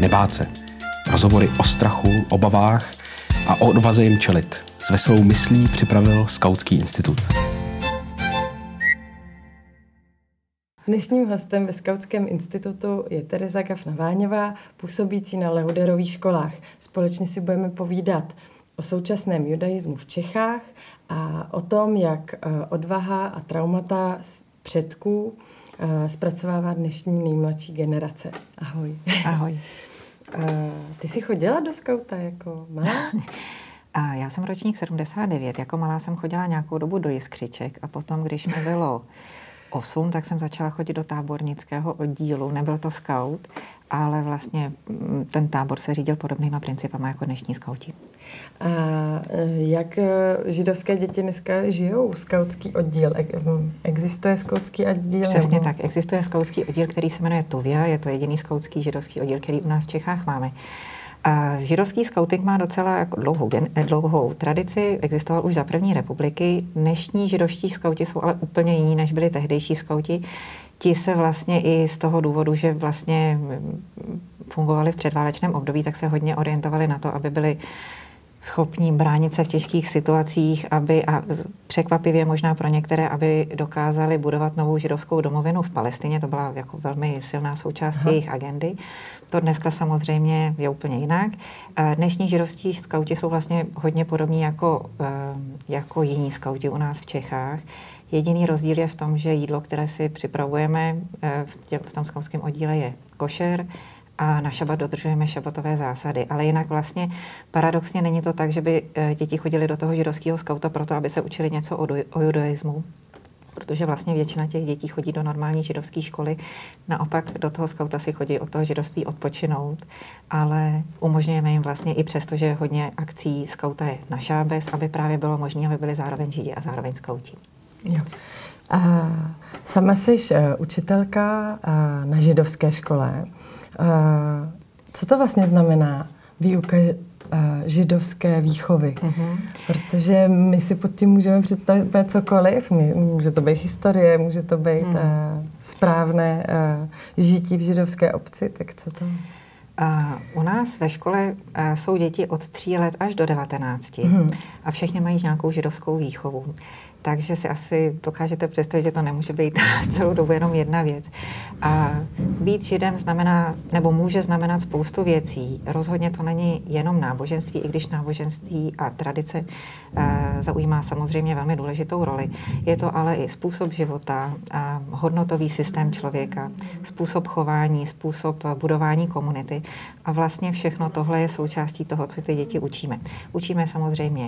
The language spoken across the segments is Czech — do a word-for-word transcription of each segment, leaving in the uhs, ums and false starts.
nebát se. Rozhovory o strachu, obavách a o odvaze jim čelit. S veselou myslí připravil Skautský institut. Dnešním hostem ve Skautském institutu je Tereza Gafna-Váňová, působící na Leuderových školách. Společně si budeme povídat o současném judaismu v Čechách a o tom, jak odvaha a traumata předků zpracovává dnešní nejmladší generace. Ahoj. Ahoj. Ty jsi chodila do skauta jako malá? A já jsem ročník sedmdesát devět. Jako malá jsem chodila nějakou dobu do Jiskřiček a potom, když mi bylo osm, tak jsem začala chodit do tábornického oddílu. Nebyl to skaut, ale vlastně ten tábor se řídil podobnýma principama jako dnešní skauti. A jak židovské děti dneska žijou? Skautský oddíl. Existuje skautský oddíl? Přesně nebo? Tak. Existuje skautský oddíl, který se jmenuje Tuvia. Je to jediný skautský židovský oddíl, který u nás v Čechách máme. A židovský skauting má docela jako dlouhou, dlouhou tradici, existoval už za první republiky. Dnešní židovští skauti jsou ale úplně jiní, než byli tehdejší skauti. Ti se vlastně i z toho důvodu, že vlastně fungovali v předválečném období, tak se hodně orientovali na to, aby byli schopní bránit se v těžkých situacích, aby, a překvapivě možná pro některé, aby dokázali budovat novou židovskou domovinu v Palestině. To byla jako velmi silná součást Aha. jejich agendy. To dneska samozřejmě je úplně jinak. Dnešní židovští skauti jsou vlastně hodně podobní jako, jako jiní skauti u nás v Čechách. Jediný rozdíl je v tom, že jídlo, které si připravujeme v tom skautském oddíle, je košer, a na šabat dodržujeme šabatové zásady. Ale jinak vlastně paradoxně není to tak, že by děti chodili do toho židovského skauta proto, aby se učili něco o, o judaismu, protože vlastně většina těch dětí chodí do normální židovské školy. Naopak do toho skauta si chodí od toho židovství odpočinout, ale umožňujeme jim vlastně i přesto, že hodně akcí skauta je na šábes, aby právě bylo možné, aby byli zároveň židi a zároveň skauti. Jo. A sama jsi učitelka na židovské škole. Co to vlastně znamená výuka židovské výchovy? Mm-hmm. Protože my si pod tím můžeme představit cokoliv. Může to být historie, může to být mm. správné žití v židovské obci. Tak co to? A u nás ve škole jsou děti od tří let až do devatenácti mm. a všichni mají nějakou židovskou výchovu. Takže si asi dokážete představit, že to nemůže být celou dobu jenom jedna věc. A být židem znamená, nebo může znamenat spoustu věcí. Rozhodně to není jenom náboženství, i když náboženství a tradice e, zaujímá samozřejmě velmi důležitou roli. Je to ale i způsob života, a hodnotový systém člověka, způsob chování, způsob budování komunity. A vlastně všechno tohle je součástí toho, co ty děti učíme. Učíme samozřejmě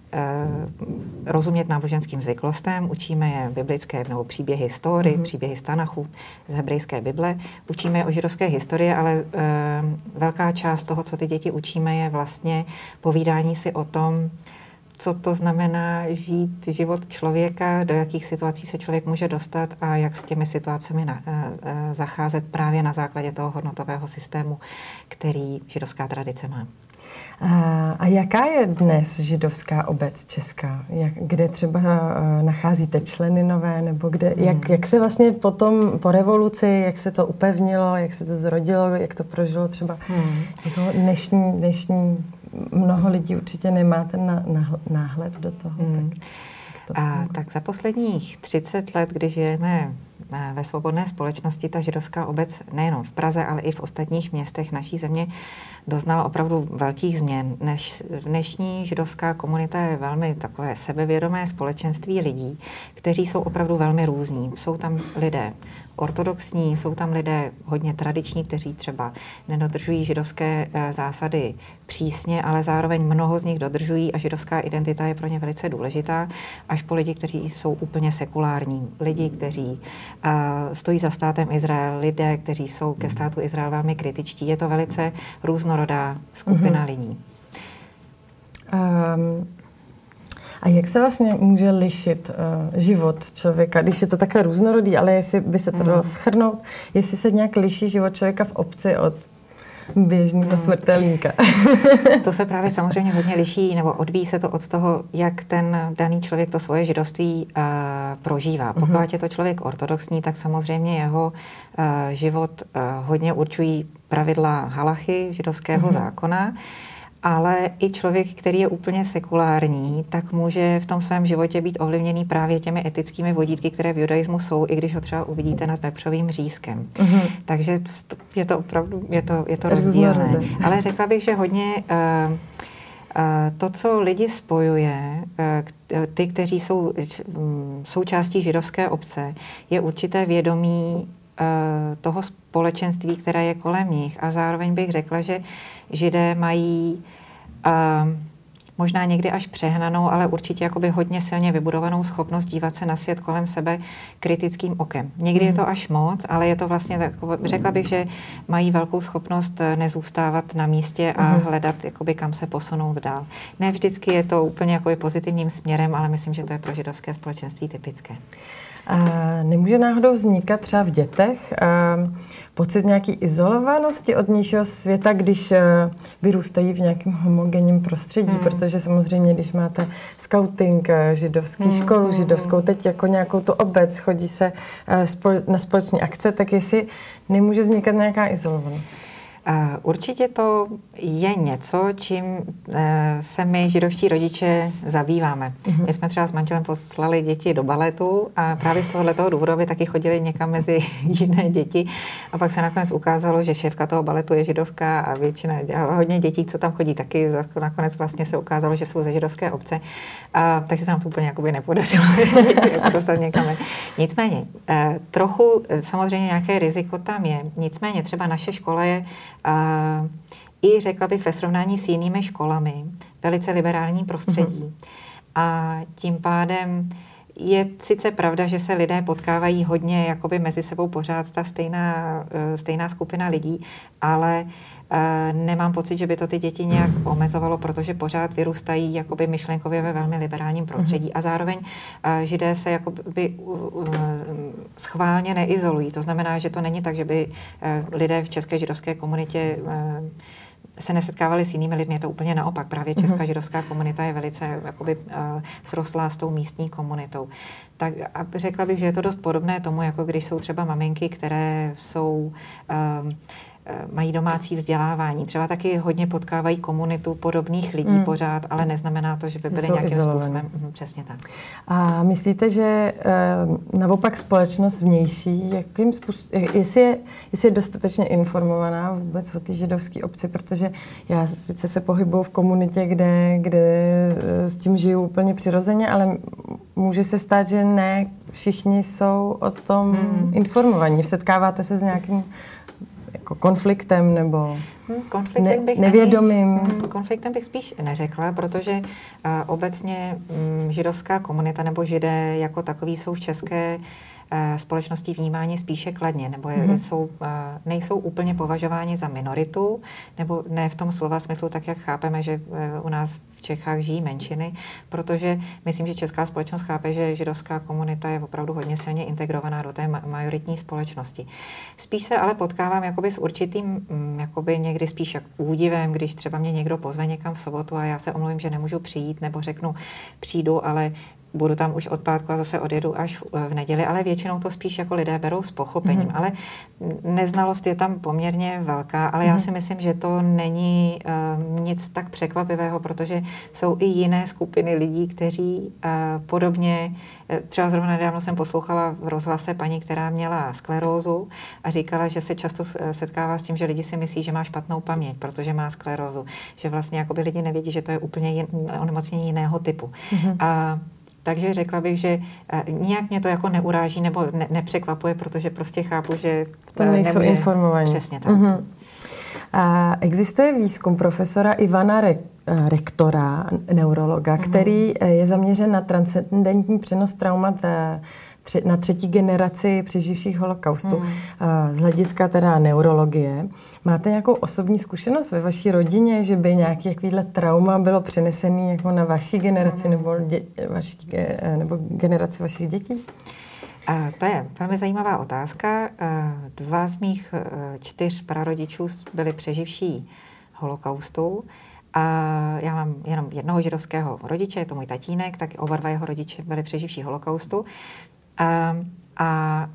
rozumět náboženským zvyklostem, učíme je biblické nebo příběhy z Tóry, mm-hmm. příběhy z Tanachu, z hebrejské Bible, učíme je o židovské historii, ale e, velká část toho, co ty děti učíme, je vlastně povídání si o tom, co to znamená žít život člověka, do jakých situací se člověk může dostat a jak s těmi situacemi na, e, e, zacházet právě na základě toho hodnotového systému, který židovská tradice má. A, a jaká je dnes židovská obec česká? Jak, kde třeba nacházíte členy nové, nebo kde, hmm. jak, jak se vlastně potom po revoluci, jak se to upevnilo, jak se to zrodilo, jak to prožilo třeba hmm. jako dnešní, dnešní, mnoho lidí určitě nemá ten náhled do toho. Hmm. Tak, to a, tak za posledních třicet let, když žijeme ve svobodné společnosti, ta židovská obec nejenom v Praze, ale i v ostatních městech naší země doznala opravdu velkých změn. Než dnešní židovská komunita je velmi takové sebevědomé společenství lidí, kteří jsou opravdu velmi různí. Jsou tam lidé ortodoxní, jsou tam lidé hodně tradiční, kteří třeba nedodržují židovské zásady přísně, ale zároveň mnoho z nich dodržují a židovská identita je pro ně velice důležitá, až po lidi, kteří jsou úplně sekulární. Lidi, kteří uh, stojí za státem Izrael, lidé, kteří jsou ke státu Izrael velmi kritičtí. Je to velice různorodá skupina mm-hmm. lidí. Um... A jak se vlastně může lišit uh, život člověka, když je to takhle různorodý, ale jestli by se to dalo shrnout, jestli se nějak liší život člověka v obci od běžného hmm. smrtelníka. To se právě samozřejmě hodně liší, nebo odvíjí se to od toho, jak ten daný člověk to svoje židovství uh, prožívá. Pokud hmm. je to člověk ortodoxní, tak samozřejmě jeho uh, život uh, hodně určují pravidla halachy židovského mm-hmm. zákona, ale i člověk, který je úplně sekulární, tak může v tom svém životě být ovlivněný právě těmi etickými vodítky, které v judaismu jsou, i když ho třeba uvidíte nad vepřovým řízkem. Mm-hmm. Takže je to opravdu, je to, je to rozdílné. Ale řekla bych, že hodně uh, uh, to, co lidi spojuje, uh, ty, kteří jsou um, součástí židovské obce, je určité vědomí uh, toho společenství, které je kolem nich. A zároveň bych řekla, že Židé mají uh, možná někdy až přehnanou, ale určitě jakoby hodně silně vybudovanou schopnost dívat se na svět kolem sebe kritickým okem. Někdy mm. je to až moc, ale je to vlastně takové, řekla bych, že mají velkou schopnost nezůstávat na místě a mm. hledat, jakoby, kam se posunout dál. Ne vždycky je to úplně jakoby pozitivním směrem, ale myslím, že to je pro židovské společenství typické. A nemůže náhodou vznikat třeba v dětech pocit nějaký izolovanosti od vnějšího světa, když vyrůstají v nějakém homogenním prostředí, hmm. protože samozřejmě, když máte scouting, židovský hmm. školu židovskou, teď jako nějakou tu obec, chodí se na společné akce, tak jestli nemůže vznikat nějaká izolovanost? Určitě to je něco, čím se my židovští rodiče zabýváme. Mm-hmm. My jsme třeba s manželem poslali děti do baletu a právě z tohoto důvodu by taky chodili někam mezi jiné děti. A pak se nakonec ukázalo, že šéfka toho baletu je židovka a většina, a hodně dětí, co tam chodí, taky nakonec vlastně se ukázalo, že jsou ze židovské obce. A, takže se nám to úplně jakoby nepodařilo jako dostat někam. Nicméně, trochu samozřejmě nějaké riziko tam je. Nicméně třeba naše škola je Uh, i řekla bych ve srovnání s jinými školami velice liberální prostředí. Mm-hmm. A tím pádem je sice pravda, že se lidé potkávají hodně jakoby mezi sebou pořád ta stejná, uh, stejná skupina lidí, ale uh, nemám pocit, že by to ty děti nějak omezovalo, protože pořád vyrůstají jakoby myšlenkově ve velmi liberálním prostředí. Mm-hmm. A zároveň uh, Židé se jakoby uh, uh, schválně neizolují. To znamená, že to není tak, že by uh, lidé v české židovské komunitě uh, se nesetkávali s jinými lidmi, je to úplně naopak. Právě česká mm-hmm. židovská komunita je velice jakoby, uh, srostlá s tou místní komunitou. Tak a řekla bych, že je to dost podobné tomu, jako když jsou třeba maminky, které jsou... Uh, mají domácí vzdělávání. Třeba taky hodně potkávají komunitu podobných lidí mm. pořád, ale neznamená to, že by byly nějakým izolovaný. Způsobem. Mm, přesně tak. A myslíte, že e, naopak společnost vnější, jakým způsobem, jestli je, jestli je dostatečně informovaná vůbec o té židovské obci, protože já sice se pohybuju v komunitě, kde, kde s tím žiju úplně přirozeně, ale může se stát, že ne všichni jsou o tom mm. informovaní. Setkáváte se s nějakým jako konfliktem nebo konfliktem ne, bych nevědomým? Ani, konfliktem bych spíš neřekla, protože uh, obecně um, židovská komunita nebo židé jako takový jsou v české uh, společnosti vnímáni spíše kladně, nebo je, mm-hmm. jsou, uh, nejsou úplně považováni za minoritu, nebo ne v tom slova smyslu, tak jak chápeme, že uh, u nás v Čechách žijí menšiny, protože myslím, že česká společnost chápe, že židovská komunita je opravdu hodně silně integrovaná do té majoritní společnosti. Spíš se ale potkávám jakoby s určitým, jakoby někdy spíš jak údivem, když třeba mě někdo pozve někam v sobotu a já se omluvím, že nemůžu přijít, nebo řeknu, přijdu, ale budu tam už od pátku a zase odjedu až v neděli, ale většinou to spíš jako lidé berou s pochopením. Mm. Ale neznalost je tam poměrně velká, ale mm. já si myslím, že to není uh, nic tak překvapivého, protože jsou i jiné skupiny lidí, kteří uh, podobně, třeba zrovna nedávno jsem poslouchala v rozhlase paní, která měla sklerózu a říkala, že se často setkává s tím, že lidi si myslí, že má špatnou paměť, protože má sklerózu. Že vlastně jakoby lidi nevědí, že to je úplně jin, onemocnění jiného typu. Mm. A takže řekla bych, že uh, nijak mě to jako neuráží nebo ne, nepřekvapuje, protože prostě chápu, že to nejsou nemůže... informovaní. Přesně tak. Uh-huh. A existuje výzkum profesora Ivana Re- Rektora, neurologa, uh-huh. který je zaměřen na transcendentní přenos traumat na třetí generaci přeživších holokaustu. Hmm. Z hlediska teda neurologie. Máte nějakou osobní zkušenost ve vaší rodině, že by nějaké takovýhle trauma bylo přenesené jako na vaší generaci hmm. nebo, dě, vaši, nebo generaci vašich dětí? A to je velmi zajímavá otázka. Dva z mých čtyř prarodičů byli přeživší holokaustu. A já mám jenom jednoho židovského rodiče, je to můj tatínek, tak oba dva jeho rodiče byli přeživší holokaustu. A A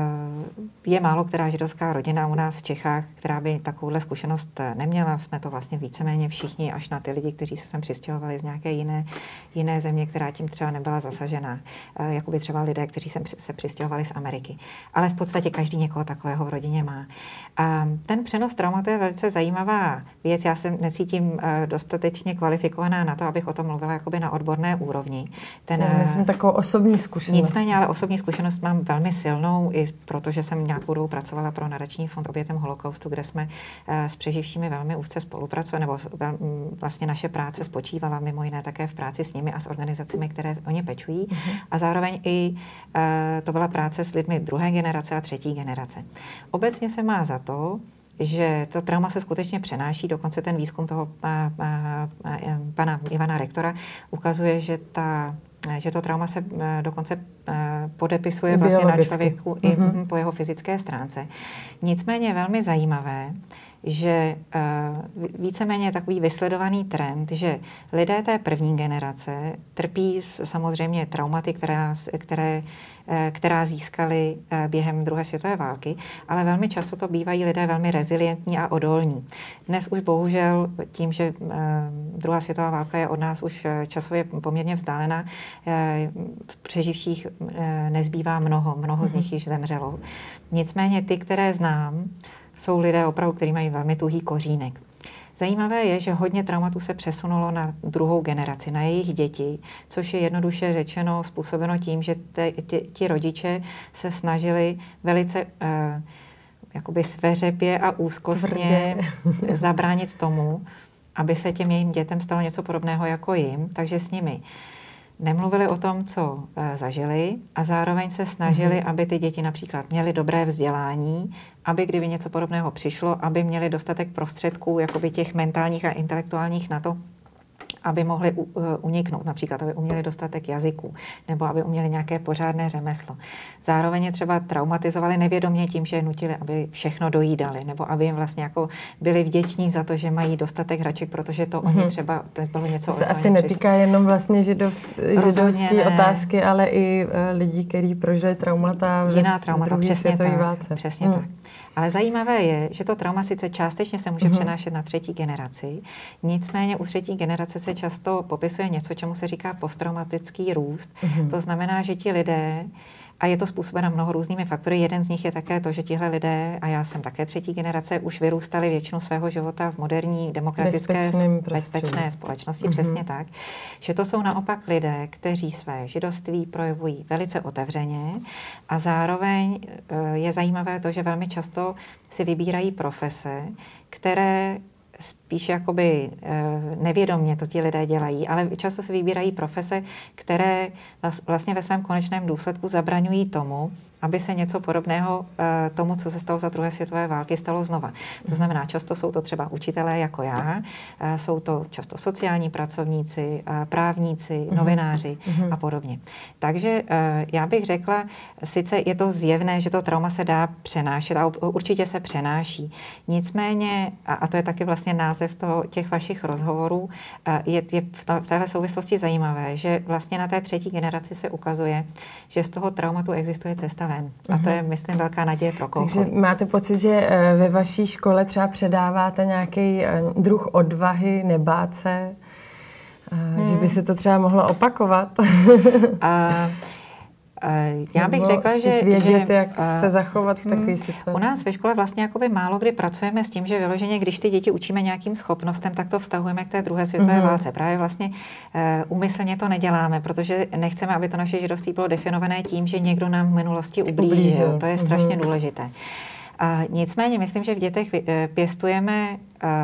je málo která židovská rodina u nás v Čechách, která by takovouhle zkušenost neměla. Jsme to vlastně víceméně všichni, až na ty lidi, kteří se sem přistěhovali z nějaké jiné, jiné země, která tím třeba nebyla zasažená. Jakoby třeba lidé, kteří sem se přistěhovali z Ameriky. Ale v podstatě každý někoho takového v rodině má. A ten přenos traumatu je velice zajímavá věc. Já se necítím dostatečně kvalifikovaná na to, abych o tom mluvila jakoby na odborné úrovni. Ten, Já myslím takovou osobní zkušenost. Nicméně, ale osobní zkušenost mám velmi silnou, i protože jsem nějakou dobu pracovala pro Nadační fond obětem holokaustu, kde jsme s přeživšími velmi úzce spolupracovali, nebo vlastně naše práce spočívala mimo jiné také v práci s nimi a s organizacemi, které o ně pečují. Uh-huh. A zároveň i to byla práce s lidmi druhé generace a třetí generace. Obecně se má za to, že to trauma se skutečně přenáší, dokonce ten výzkum toho a, a, a, pana Ivana rektora ukazuje, že ta že to trauma se dokonce podepisuje vlastně na člověku i mm-hmm. po jeho fyzické stránce. Nicméně je velmi zajímavé, že víceméně je takový vysledovaný trend, že lidé té první generace trpí samozřejmě traumaty, která, které, která získali během druhé světové války, ale velmi často to bývají lidé velmi rezilientní a odolní. Dnes už bohužel tím, že druhá světová válka je od nás už časově poměrně vzdálená, přeživších nezbývá mnoho, mnoho z nich již zemřelo. Nicméně ty, které znám, jsou lidé opravdu, kteří mají velmi tuhý kořínek. Zajímavé je, že hodně traumatů se přesunulo na druhou generaci, na jejich děti, což je jednoduše řečeno způsobeno tím, že te, tě, ti rodiče se snažili velice eh, jakoby sveřepě a úzkostně Tvrdě. zabránit tomu, aby se těm jejím dětem stalo něco podobného jako jim, takže s nimi nemluvili o tom, co e, zažili a zároveň se snažili, mm-hmm. aby ty děti například měly dobré vzdělání, aby kdyby něco podobného přišlo, aby měli dostatek prostředků, jakoby těch mentálních a intelektuálních na to, aby mohli u, uh, uniknout, například, aby uměli dostatek jazyků, nebo aby uměli nějaké pořádné řemeslo. Zároveň je třeba traumatizovali nevědomě tím, že je nutili, aby všechno dojídali, nebo aby jim vlastně jako byli vděční za to, že mají dostatek hraček, protože to mm-hmm. oni třeba, to bylo něco... To se asi netýká jenom vlastně židovs, židovské otázky, ale i uh, lidí, kteří prožili traumata v, Jiná traumata, v druhé světové válce. Přesně mm. tak. Ale zajímavé je, že to trauma sice částečně se může mm-hmm. přenášet na třetí generaci, nicméně u třetí generace se často popisuje něco, čemu se říká posttraumatický růst. Mm-hmm. To znamená, že ti lidé, a je to způsobeno mnoho různými faktory, jeden z nich je také to, že tihle lidé, a já jsem také třetí generace, už vyrůstali většinu svého života v moderní, demokratické, bezpečné společnosti, mm-hmm. přesně tak, že to jsou naopak lidé, kteří své židovství projevují velice otevřeně a zároveň je zajímavé to, že velmi často si vybírají profese, které spíš jakoby nevědomně to ti lidé dělají, ale často si vybírají profese, které vlastně ve svém konečném důsledku zabraňují tomu, aby se něco podobného tomu, co se stalo za druhé světové války, stalo znova. To znamená, často jsou to třeba učitelé jako já, jsou to často sociální pracovníci, právníci, novináři mm-hmm. a podobně. Takže já bych řekla, sice je to zjevné, že to trauma se dá přenášet a určitě se přenáší. Nicméně, a to je taky vlastně název toho, těch vašich rozhovorů, je, je v téhle souvislosti zajímavé, že vlastně na té třetí generaci se ukazuje, že z toho traumatu existuje cesta ven. A to je, myslím, velká naděje pro kohokoliv. Takže máte pocit, že ve vaší škole třeba předáváte nějaký druh odvahy, nebát se, hmm. že by se to třeba mohlo opakovat? A, já bych Nebo řekla, že... vědět, že, jak se zachovat v takové situaci. U nás ve škole vlastně jakoby málo kdy pracujeme s tím, že vyloženě, když ty děti učíme nějakým schopnostem, tak to vztahujeme k té druhé světové mm-hmm. válce. Právě vlastně úmyslně to neděláme, protože nechceme, aby to naše židovství bylo definované tím, že někdo nám v minulosti ublížil. ublížil. To je strašně mm-hmm. důležité. A nicméně myslím, že v dětech pěstujeme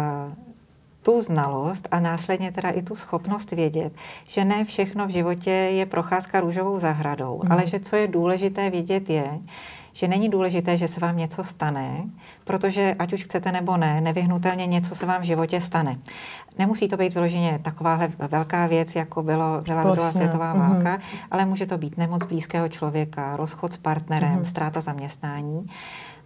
tu znalost a následně teda i tu schopnost vědět, že ne všechno v životě je procházka růžovou zahradou, mm. ale že co je důležité vědět je, že není důležité, že se vám něco stane, protože ať už chcete nebo ne, nevyhnutelně něco se vám v životě stane. Nemusí to být vyloženě takováhle velká věc, jako bylo, byla druhá světová válka, mm. ale může to být nemoc blízkého člověka, rozchod s partnerem, mm. ztráta zaměstnání.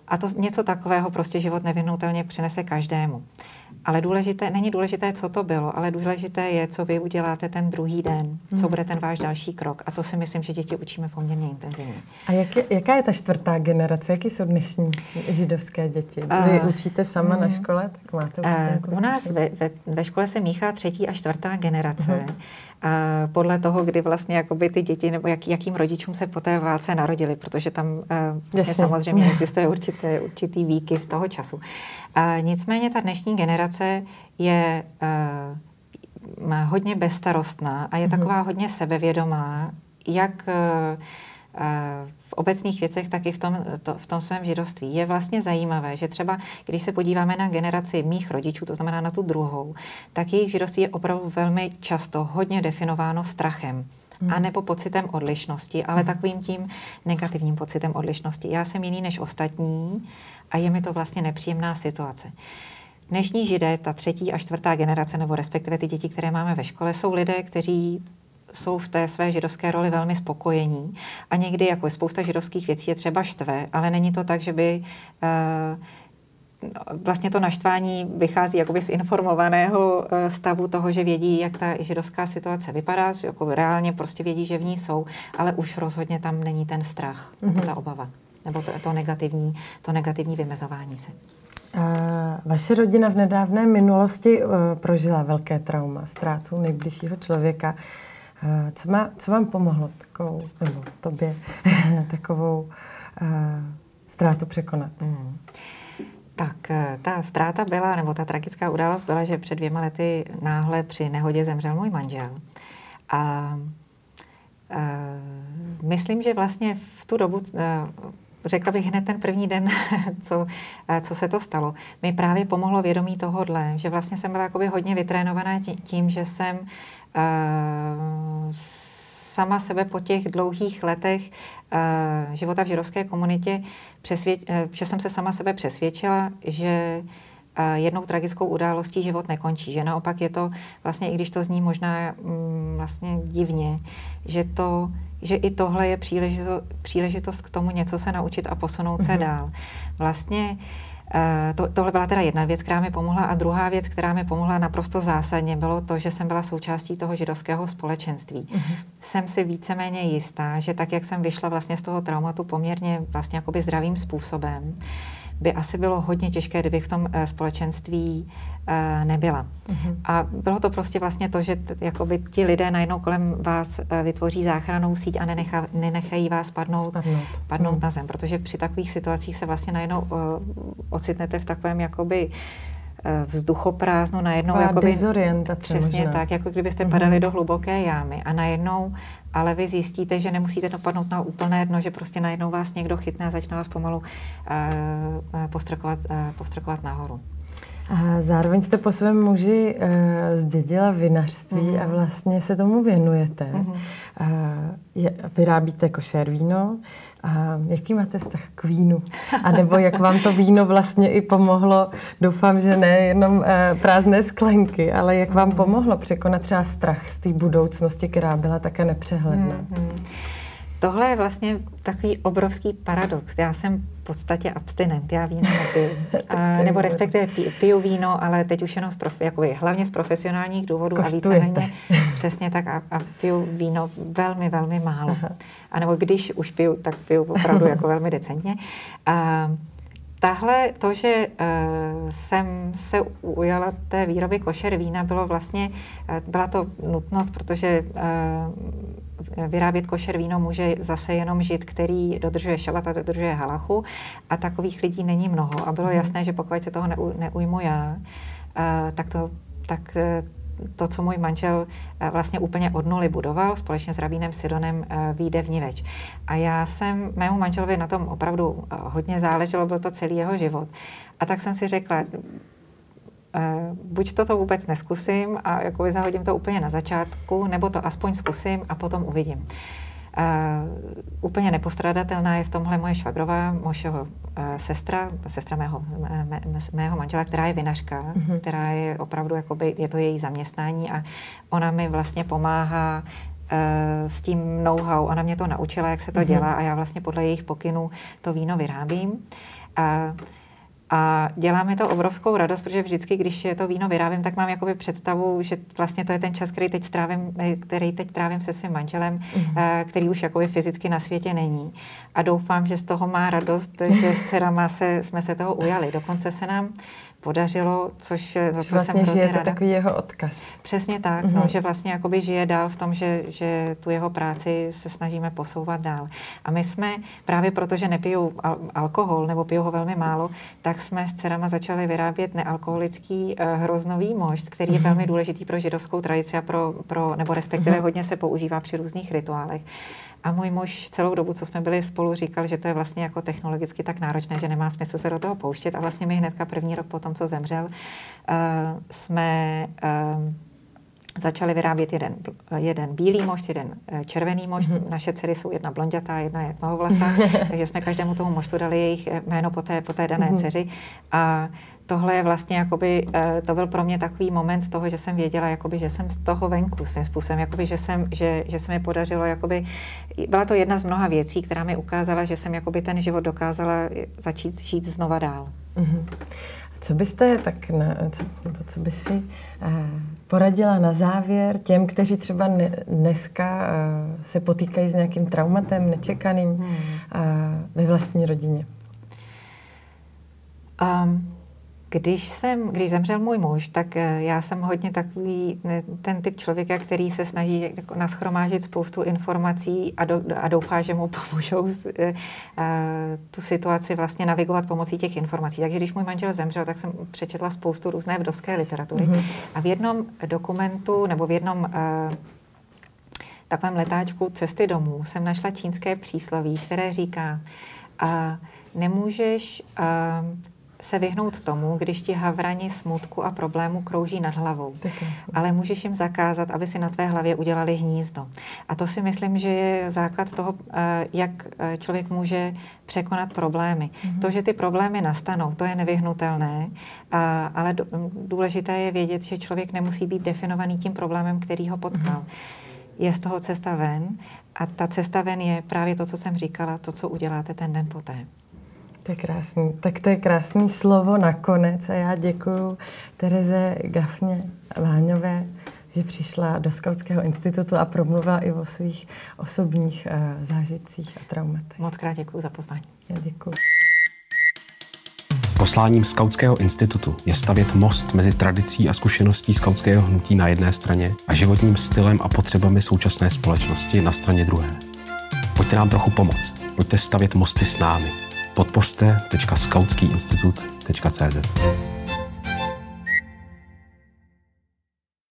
A to něco takového prostě život nevyhnutelně přinese každému. Ale důležité, není důležité, co to bylo, ale důležité je, co vy uděláte ten druhý den, co hmm. bude ten váš další krok. A to si myslím, že děti učíme poměrně intenzivně. A jak je, jaká je ta čtvrtá generace? Jaký jsou dnešní židovské děti? Vy uh, učíte sama uh, na škole? Tak máte uh, u nás ve, ve, ve škole se míchá třetí a čtvrtá generace. Uh-huh. A podle toho, kdy vlastně jakoby ty děti nebo jak, jakým rodičům se po té válce narodili, protože tam uh, vlastně samozřejmě existuje určité, určitý výkyv toho času. Uh, nicméně ta dnešní generace je uh, hodně bezstarostná a je uh-huh. taková hodně sebevědomá, jak uh, v obecných věcech, tak i v tom, to, v tom svém židovství. Je vlastně zajímavé, že třeba, když se podíváme na generaci mých rodičů, to znamená na tu druhou, tak jejich židovství je opravdu velmi často hodně definováno strachem. Hmm. A nebo pocitem odlišnosti, ale takovým tím negativním pocitem odlišnosti. Já jsem jiný než ostatní a je mi to vlastně nepříjemná situace. Dnešní židé, ta třetí a čtvrtá generace, nebo respektive ty děti, které máme ve škole, jsou lidé, kteří jsou v té své židovské roli velmi spokojení a někdy jako spousta židovských věcí je třeba štve, ale není to tak, že by uh, vlastně to naštvání vychází jakoby z informovaného uh, stavu toho, že vědí, jak ta židovská situace vypadá, jako reálně prostě vědí, že v ní jsou, ale už rozhodně tam není ten strach, mm-hmm. nebo ta obava, nebo to, to, negativní, to negativní vymezování se. A vaše rodina v nedávné minulosti uh, prožila velké trauma, ztrátu nejbližšího člověka. Co, má, co vám pomohlo takovou, nebo tobě takovou uh, ztrátu překonat? Mm. Tak ta ztráta byla, nebo ta tragická událost byla, že před dvěma lety náhle při nehodě zemřel můj manžel. A, a myslím, že vlastně v tu dobu, řekla bych hned ten první den, co, co se to stalo, mi právě pomohlo vědomí tohodle, že vlastně jsem byla jakoby hodně vytrénovaná tím, že jsem Uh, sama sebe po těch dlouhých letech uh, života v židovské komunitě, přesvěd, uh, že jsem se sama sebe přesvědčila, že uh, jednou tragickou událostí život nekončí. Že naopak je to vlastně, i když to zní možná um, vlastně divně, že, to, že i tohle je příležitost, příležitost k tomu něco se naučit a posunout mm-hmm. se dál. Vlastně To, tohle byla teda jedna věc, která mi pomohla, a druhá věc, která mi pomohla naprosto zásadně, bylo to, že jsem byla součástí toho židovského společenství. Mm-hmm. Jsem si víceméně jistá, že tak, jak jsem vyšla vlastně z toho traumatu poměrně vlastně jakoby zdravým způsobem, by asi bylo hodně těžké, kdybych v tom společenství nebyla. Mm-hmm. A bylo to prostě vlastně to, že t- jakoby ti lidé najednou kolem vás vytvoří záchrannou síť a nenecha, nenechají vás padnout, padnout. padnout mm. na zem, protože při takových situacích se vlastně najednou uh, ocitnete v takovém jakoby vzduchoprázdnu, najednou jakoby, dezorientace přesně možná. Tak, jako kdybyste padali mm-hmm. do hluboké jámy a najednou, ale vy zjistíte, že nemusíte dopadnout na úplné dno, že prostě najednou vás někdo chytne a začne vás pomalu uh, postrkovat, uh, postrkovat nahoru. A zároveň jste po svém muži uh, zdědila vinařství mm-hmm. a vlastně se tomu věnujete. Mm-hmm. Uh, je, vyrábíte košer víno. A jaký máte vztah k vínu? A nebo jak vám to víno vlastně i pomohlo, doufám, že ne jenom uh, prázdné sklenky, ale jak vám pomohlo překonat třeba strach z té budoucnosti, která byla také nepřehledná? Mm-hmm. Tohle je vlastně takový obrovský paradox. Já jsem v podstatě abstinent, já víno nepiju. A, nebo respektive piju, piju víno, ale teď už jenom z prof, jakoby, hlavně z profesionálních důvodů. Koštujete. A víceméně přesně tak a, a piju víno velmi, velmi málo. Aha. A nebo když už piju, tak piju opravdu jako velmi decentně. A tahle, to, že uh, jsem se ujala té výroby košer vína, bylo vlastně, uh, byla to nutnost, protože uh, vyrábět košer víno může zase jenom žid, který dodržuje šabat a dodržuje halachu, a takových lidí není mnoho. A bylo jasné, že pokud se toho neu, neujmu já, uh, tak to, tak uh, to, co můj manžel vlastně úplně od nuly budoval, společně s rabínem Sidonem, vyjde vniveč. A já jsem, mému manželovi na tom opravdu hodně záleželo, byl to celý jeho život. A tak jsem si řekla, buď toto vůbec neskusím a jako zahodím to úplně na začátku, nebo to aspoň zkusím a potom uvidím. Uh, úplně nepostradatelná je v tomhle moje švagrová, Mošeho uh, sestra, sestra mého, mé, mého manžela, která je vinařka, mm-hmm. která je opravdu, jakoby, je to její zaměstnání a ona mi vlastně pomáhá uh, s tím know-how. Ona mě to naučila, jak se to mm-hmm. dělá, a já vlastně podle jejich pokynů to víno vyrábím. A A dělá mi to obrovskou radost, protože vždycky, když to víno vyrábím, tak mám jakoby představu, že vlastně to je ten čas, který teď trávím, který teď trávím se svým manželem, mm. který už jakoby fyzicky na světě není. A doufám, že z toho má radost, že s dcerama se, jsme se toho ujali. Dokonce se nám podařilo, což za co vlastně jsem hrozně žije to ráda. Takový jeho odkaz. Přesně tak, mm-hmm. no, že vlastně jakoby žije dál v tom, že, že tu jeho práci se snažíme posouvat dál. A my jsme, právě proto, že nepijou al- alkohol, nebo pijou ho velmi málo, tak jsme s dcerama začali vyrábět nealkoholický uh, hroznový mošt, který je velmi důležitý pro židovskou tradici a pro, pro nebo respektive mm-hmm. hodně se používá při různých rituálech. A můj muž celou dobu, co jsme byli spolu, říkal, že to je vlastně jako technologicky tak náročné, že nemá smysl se do toho pouštět. A vlastně my hnedka první rok po tom, co zemřel, uh, jsme uh, začali vyrábět jeden, jeden bílý mošt, jeden červený mošt. Mm-hmm. Naše dcery jsou jedna blondětá, jedna je tmavovlasá, takže jsme každému tomu moštu dali jejich jméno po té, po té dané mm-hmm. dceři. A tohle je vlastně jakoby, to byl pro mě takový moment toho, že jsem věděla, jakoby, že jsem z toho venku svým způsobem, jakoby, že, jsem, že, že se mi podařilo, jakoby, byla to jedna z mnoha věcí, která mi ukázala, že jsem jakoby ten život dokázala začít žít znova dál. Mm-hmm. Co byste tak, na, co, nebo co by si eh, poradila na závěr těm, kteří třeba ne, dneska eh, se potýkají s nějakým traumatem nečekaným hmm. eh, ve vlastní rodině? Um. Když jsem, když zemřel můj muž, tak já jsem hodně takový ten typ člověka, který se snaží jako nashromáždit spoustu informací a, do, a doufá, že mu pomůžou z, uh, tu situaci vlastně navigovat pomocí těch informací. Takže když můj manžel zemřel, tak jsem přečetla spoustu různé vdovské literatury. Mm-hmm. A v jednom dokumentu, nebo v jednom uh, takovém letáčku Cesty domů jsem našla čínské přísloví, které říká, uh, nemůžeš uh, se vyhnout tomu, když ti havrani smutku a problému krouží nad hlavou. Ale můžeš jim zakázat, aby si na tvé hlavě udělali hnízdo. A to si myslím, že je základ toho, jak člověk může překonat problémy. Mm-hmm. To, že ty problémy nastanou, to je nevyhnutelné, ale důležité je vědět, že člověk nemusí být definovaný tím problémem, který ho potkal. Mm-hmm. Je z toho cesta ven a ta cesta ven je právě to, co jsem říkala, to, co uděláte ten den poté. To je krásný. Tak to je krásný slovo nakonec a já děkuju Tereze Gafně Váňové, že přišla do Skautského institutu a promluvila i o svých osobních uh, zážitcích a traumatech. Moc krát děkuju za pozvání. Já děkuju. Posláním Skautského institutu je stavět most mezi tradicí a zkušeností skautského hnutí na jedné straně a životním stylem a potřebami současné společnosti na straně druhé. Pojďte nám trochu pomoct. Pojďte stavět mosty s námi. podpořte tečka skautský institut tečka cé zet.